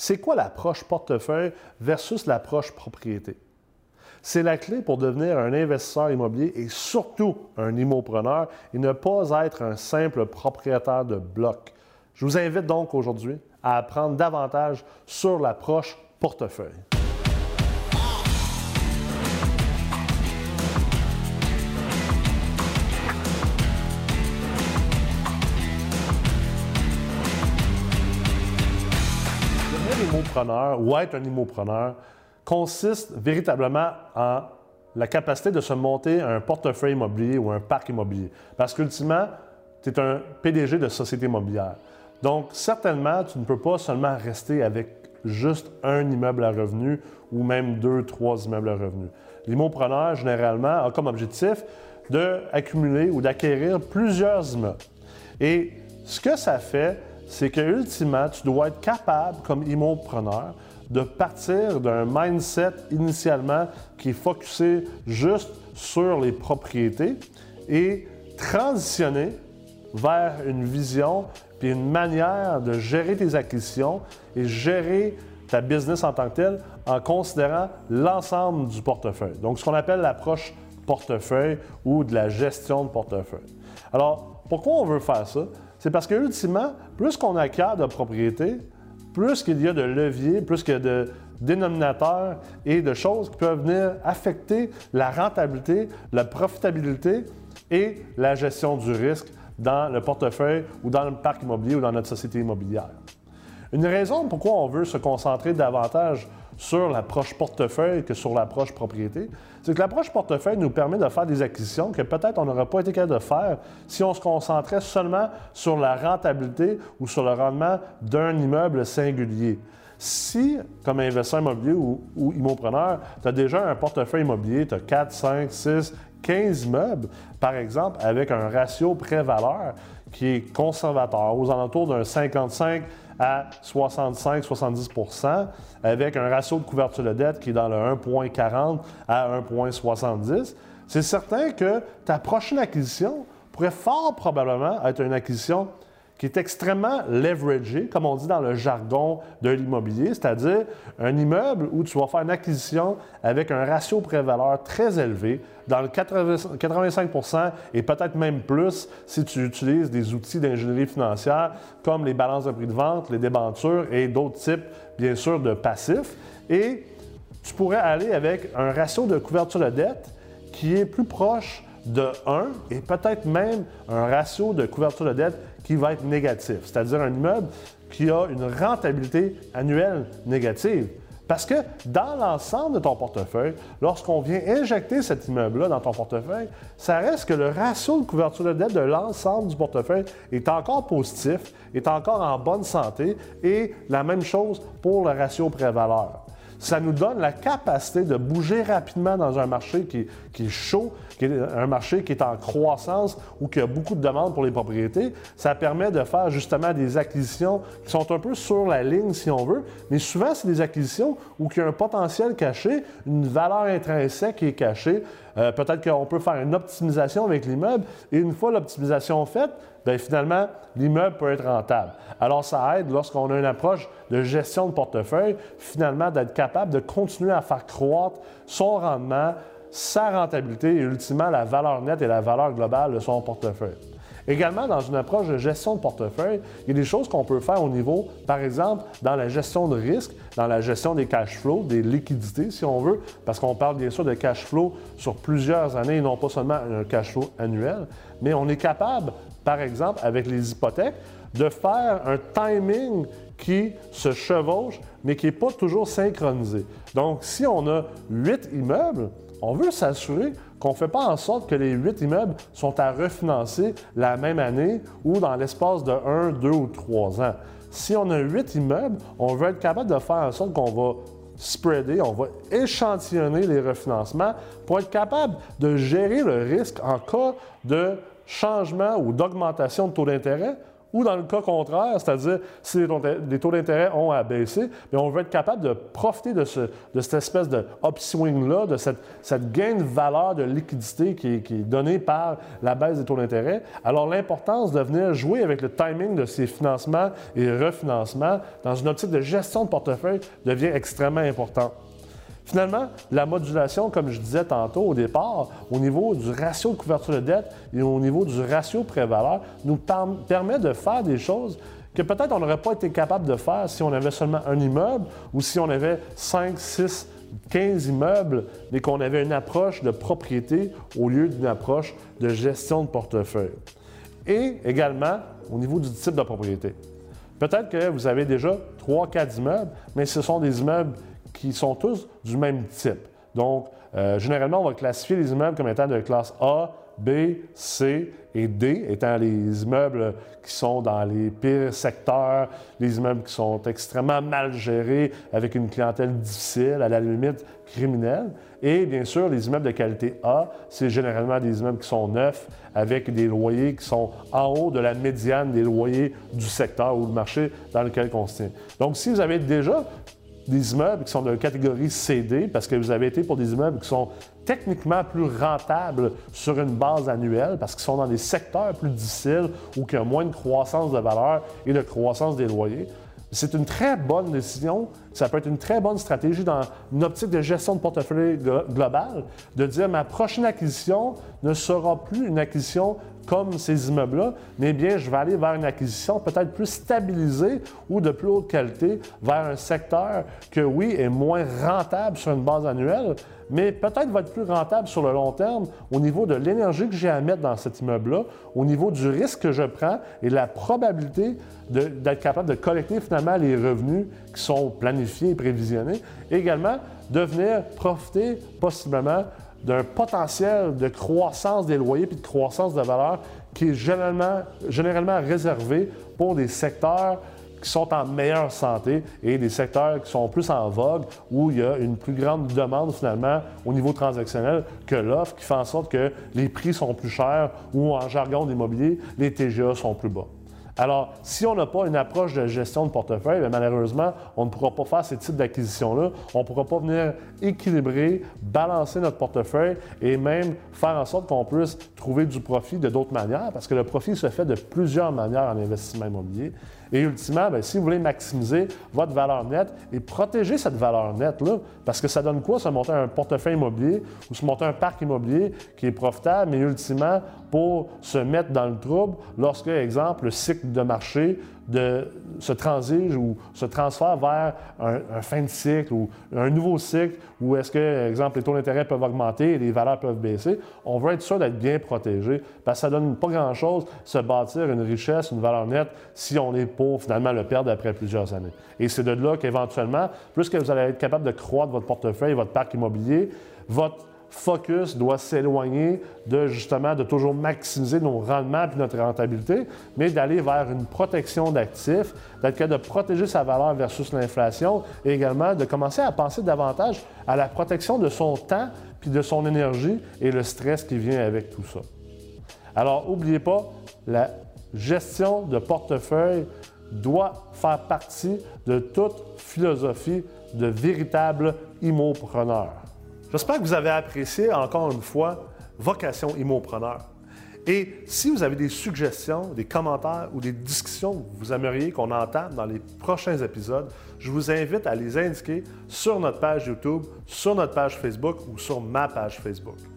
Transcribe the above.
C'est quoi l'approche portefeuille versus l'approche propriété? C'est la clé pour devenir un investisseur immobilier et surtout un immopreneur et ne pas être un simple propriétaire de bloc. Je vous invite donc aujourd'hui à apprendre davantage sur l'approche portefeuille. Devenir immopreneur ou être un immopreneur consiste véritablement en la capacité de se monter un portefeuille immobilier ou un parc immobilier. Parce qu'ultimement, tu es un PDG de société immobilière. Donc, certainement, tu ne peux pas seulement rester avec juste un immeuble à revenu ou même 2, 3 immeubles à revenu. L'immopreneur, généralement, a comme objectif d'accumuler ou d'acquérir plusieurs immeubles. Et ce que ça fait, c'est que ultimement, tu dois être capable, comme immopreneur, de partir d'un mindset initialement qui est focusé juste sur les propriétés et transitionner vers une vision puis une manière de gérer tes acquisitions et gérer ta business en tant que telle en considérant l'ensemble du portefeuille. Donc, ce qu'on appelle l'approche portefeuille ou de la gestion de portefeuille. Alors, pourquoi on veut faire ça? C'est parce que, ultimement, plus qu'on acquiert de propriétés, plus qu'il y a de leviers, plus qu'il y a de dénominateurs et de choses qui peuvent venir affecter la rentabilité, la profitabilité et la gestion du risque dans le portefeuille ou dans le parc immobilier ou dans notre société immobilière. Une raison pourquoi on veut se concentrer davantage sur l'approche portefeuille que sur l'approche propriété, c'est que l'approche portefeuille nous permet de faire des acquisitions que peut-être on n'aurait pas été capable de faire si on se concentrait seulement sur la rentabilité ou sur le rendement d'un immeuble singulier. Si, comme investisseur immobilier ou immopreneur, tu as déjà un portefeuille immobilier, tu as 4, 5, 6, 15 immeubles, par exemple, avec un ratio prêt-valeur qui est conservateur, aux alentours d'un 55 à 65-70 %, avec un ratio de couverture de dette qui est dans le 1,40 à 1,70, c'est certain que ta prochaine acquisition pourrait fort probablement être une acquisition qui est extrêmement leveragée, comme on dit dans le jargon de l'immobilier, c'est-à-dire un immeuble où tu vas faire une acquisition avec un ratio prêt-valeur très élevé, dans le 85 % et peut-être même plus si tu utilises des outils d'ingénierie financière comme les balances de prix de vente, les débentures et d'autres types, bien sûr, de passifs. Et tu pourrais aller avec un ratio de couverture de dette qui est plus proche de 1 et peut-être même un ratio de couverture de dette qui va être négatif, c'est-à-dire un immeuble qui a une rentabilité annuelle négative. Parce que dans l'ensemble de ton portefeuille, lorsqu'on vient injecter cet immeuble-là dans ton portefeuille, ça reste que le ratio de couverture de dette de l'ensemble du portefeuille est encore positif, est encore en bonne santé et la même chose pour le ratio prêt-valeur. Ça nous donne la capacité de bouger rapidement dans un marché qui est chaud, qui est un marché qui est en croissance ou qui a beaucoup de demandes pour les propriétés. Ça permet de faire justement des acquisitions qui sont un peu sur la ligne, si on veut, mais souvent, c'est des acquisitions où il y a un potentiel caché, une valeur intrinsèque qui est cachée. Peut-être qu'on peut faire une optimisation avec l'immeuble et une fois l'optimisation faite, bien, finalement, l'immeuble peut être rentable. Alors, ça aide, lorsqu'on a une approche de gestion de portefeuille, finalement, d'être capable de continuer à faire croître son rendement, sa rentabilité et ultimement la valeur nette et la valeur globale de son portefeuille. Également, dans une approche de gestion de portefeuille, il y a des choses qu'on peut faire au niveau, par exemple, dans la gestion de risque, dans la gestion des cash flows, des liquidités, si on veut, parce qu'on parle bien sûr de cash flow sur plusieurs années et non pas seulement un cash flow annuel, mais on est capable, par exemple, avec les hypothèques, de faire un timing qui se chevauche, mais qui n'est pas toujours synchronisé. Donc, si on a 8 immeubles, on veut s'assurer qu'on ne fait pas en sorte que les 8 immeubles sont à refinancer la même année ou dans l'espace de 1, 2 ou 3 ans. Si on a 8 immeubles, on veut être capable de faire en sorte qu'on va spreader, on va échantillonner les refinancements pour être capable de gérer le risque en cas de changement ou d'augmentation de taux d'intérêt Ou dans le cas contraire, c'est-à-dire si les taux d'intérêt ont à baisser, bien, on veut être capable de profiter de cette espèce de upswing-là, de cette gain de valeur de liquidité qui est donnée par la baisse des taux d'intérêt. Alors l'importance de venir jouer avec le timing de ces financements et refinancements dans une optique de gestion de portefeuille devient extrêmement importante. Finalement, la modulation, comme je disais tantôt au départ, au niveau du ratio de couverture de dette et au niveau du ratio prêt-valeur, nous permet de faire des choses que peut-être on n'aurait pas été capable de faire si on avait seulement un immeuble ou si on avait 5, 6, 15 immeubles, mais qu'on avait une approche de propriété au lieu d'une approche de gestion de portefeuille. Et également, au niveau du type de propriété. Peut-être que vous avez déjà 3, 4 immeubles, mais ce sont des immeubles qui sont tous du même type. Donc, généralement, on va classifier les immeubles comme étant de classe A, B, C et D, étant les immeubles qui sont dans les pires secteurs, les immeubles qui sont extrêmement mal gérés, avec une clientèle difficile, à la limite criminelle. Et bien sûr, les immeubles de qualité A, c'est généralement des immeubles qui sont neufs, avec des loyers qui sont en haut de la médiane des loyers du secteur ou du marché dans lequel on se tient. Donc, si vous avez déjà des immeubles qui sont de catégorie CD, parce que vous avez été pour des immeubles qui sont techniquement plus rentables sur une base annuelle, parce qu'ils sont dans des secteurs plus difficiles ou qu'il y a moins de croissance de valeur et de croissance des loyers, c'est une très bonne décision. Ça peut être une très bonne stratégie dans une optique de gestion de portefeuille globale, de dire ma prochaine acquisition ne sera plus une acquisition comme ces immeubles-là, mais bien je vais aller vers une acquisition peut-être plus stabilisée ou de plus haute qualité vers un secteur que, oui, est moins rentable sur une base annuelle, mais peut-être va être plus rentable sur le long terme au niveau de l'énergie que j'ai à mettre dans cet immeuble-là, au niveau du risque que je prends et la probabilité d'être capable de collecter finalement les revenus qui sont planifiés et prévisionnés, et également de venir profiter possiblement d'un potentiel de croissance des loyers puis de croissance de valeur qui est généralement réservé pour des secteurs qui sont en meilleure santé et des secteurs qui sont plus en vogue, où il y a une plus grande demande finalement au niveau transactionnel que l'offre, qui fait en sorte que les prix sont plus chers ou en jargon d'immobilier, les TGA sont plus bas. Alors, si on n'a pas une approche de gestion de portefeuille, bien, malheureusement, on ne pourra pas faire ce type d'acquisition-là. On ne pourra pas venir équilibrer, balancer notre portefeuille et même faire en sorte qu'on puisse trouver du profit de d'autres manières, parce que le profit se fait de plusieurs manières en investissement immobilier. Et ultimement, bien, si vous voulez maximiser votre valeur nette et protéger cette valeur nette-là, parce que ça donne quoi se monter un portefeuille immobilier ou se monter un parc immobilier qui est profitable, mais ultimement pour se mettre dans le trouble lorsque, exemple, le cycle de marché se transige ou se transfère vers un fin de cycle ou un nouveau cycle où est-ce que, exemple, les taux d'intérêt peuvent augmenter et les valeurs peuvent baisser. On veut être sûr d'être bien protégé parce que ça ne donne pas grand-chose se bâtir une richesse, une valeur nette si on est pour finalement le perdre après plusieurs années. Et c'est de là qu'éventuellement, plus que vous allez être capable de croître votre portefeuille, votre parc immobilier, votre focus doit s'éloigner de toujours maximiser nos rendements et notre rentabilité, mais d'aller vers une protection d'actifs, d'être capable de protéger sa valeur versus l'inflation et également de commencer à penser davantage à la protection de son temps puis de son énergie et le stress qui vient avec tout ça. Alors, n'oubliez pas, la gestion de portefeuille doit faire partie de toute philosophie de véritable immopreneur. J'espère que vous avez apprécié, encore une fois, Vocation Immopreneur. Et si vous avez des suggestions, des commentaires ou des discussions que vous aimeriez qu'on entame dans les prochains épisodes, je vous invite à les indiquer sur notre page YouTube, sur notre page Facebook ou sur ma page Facebook.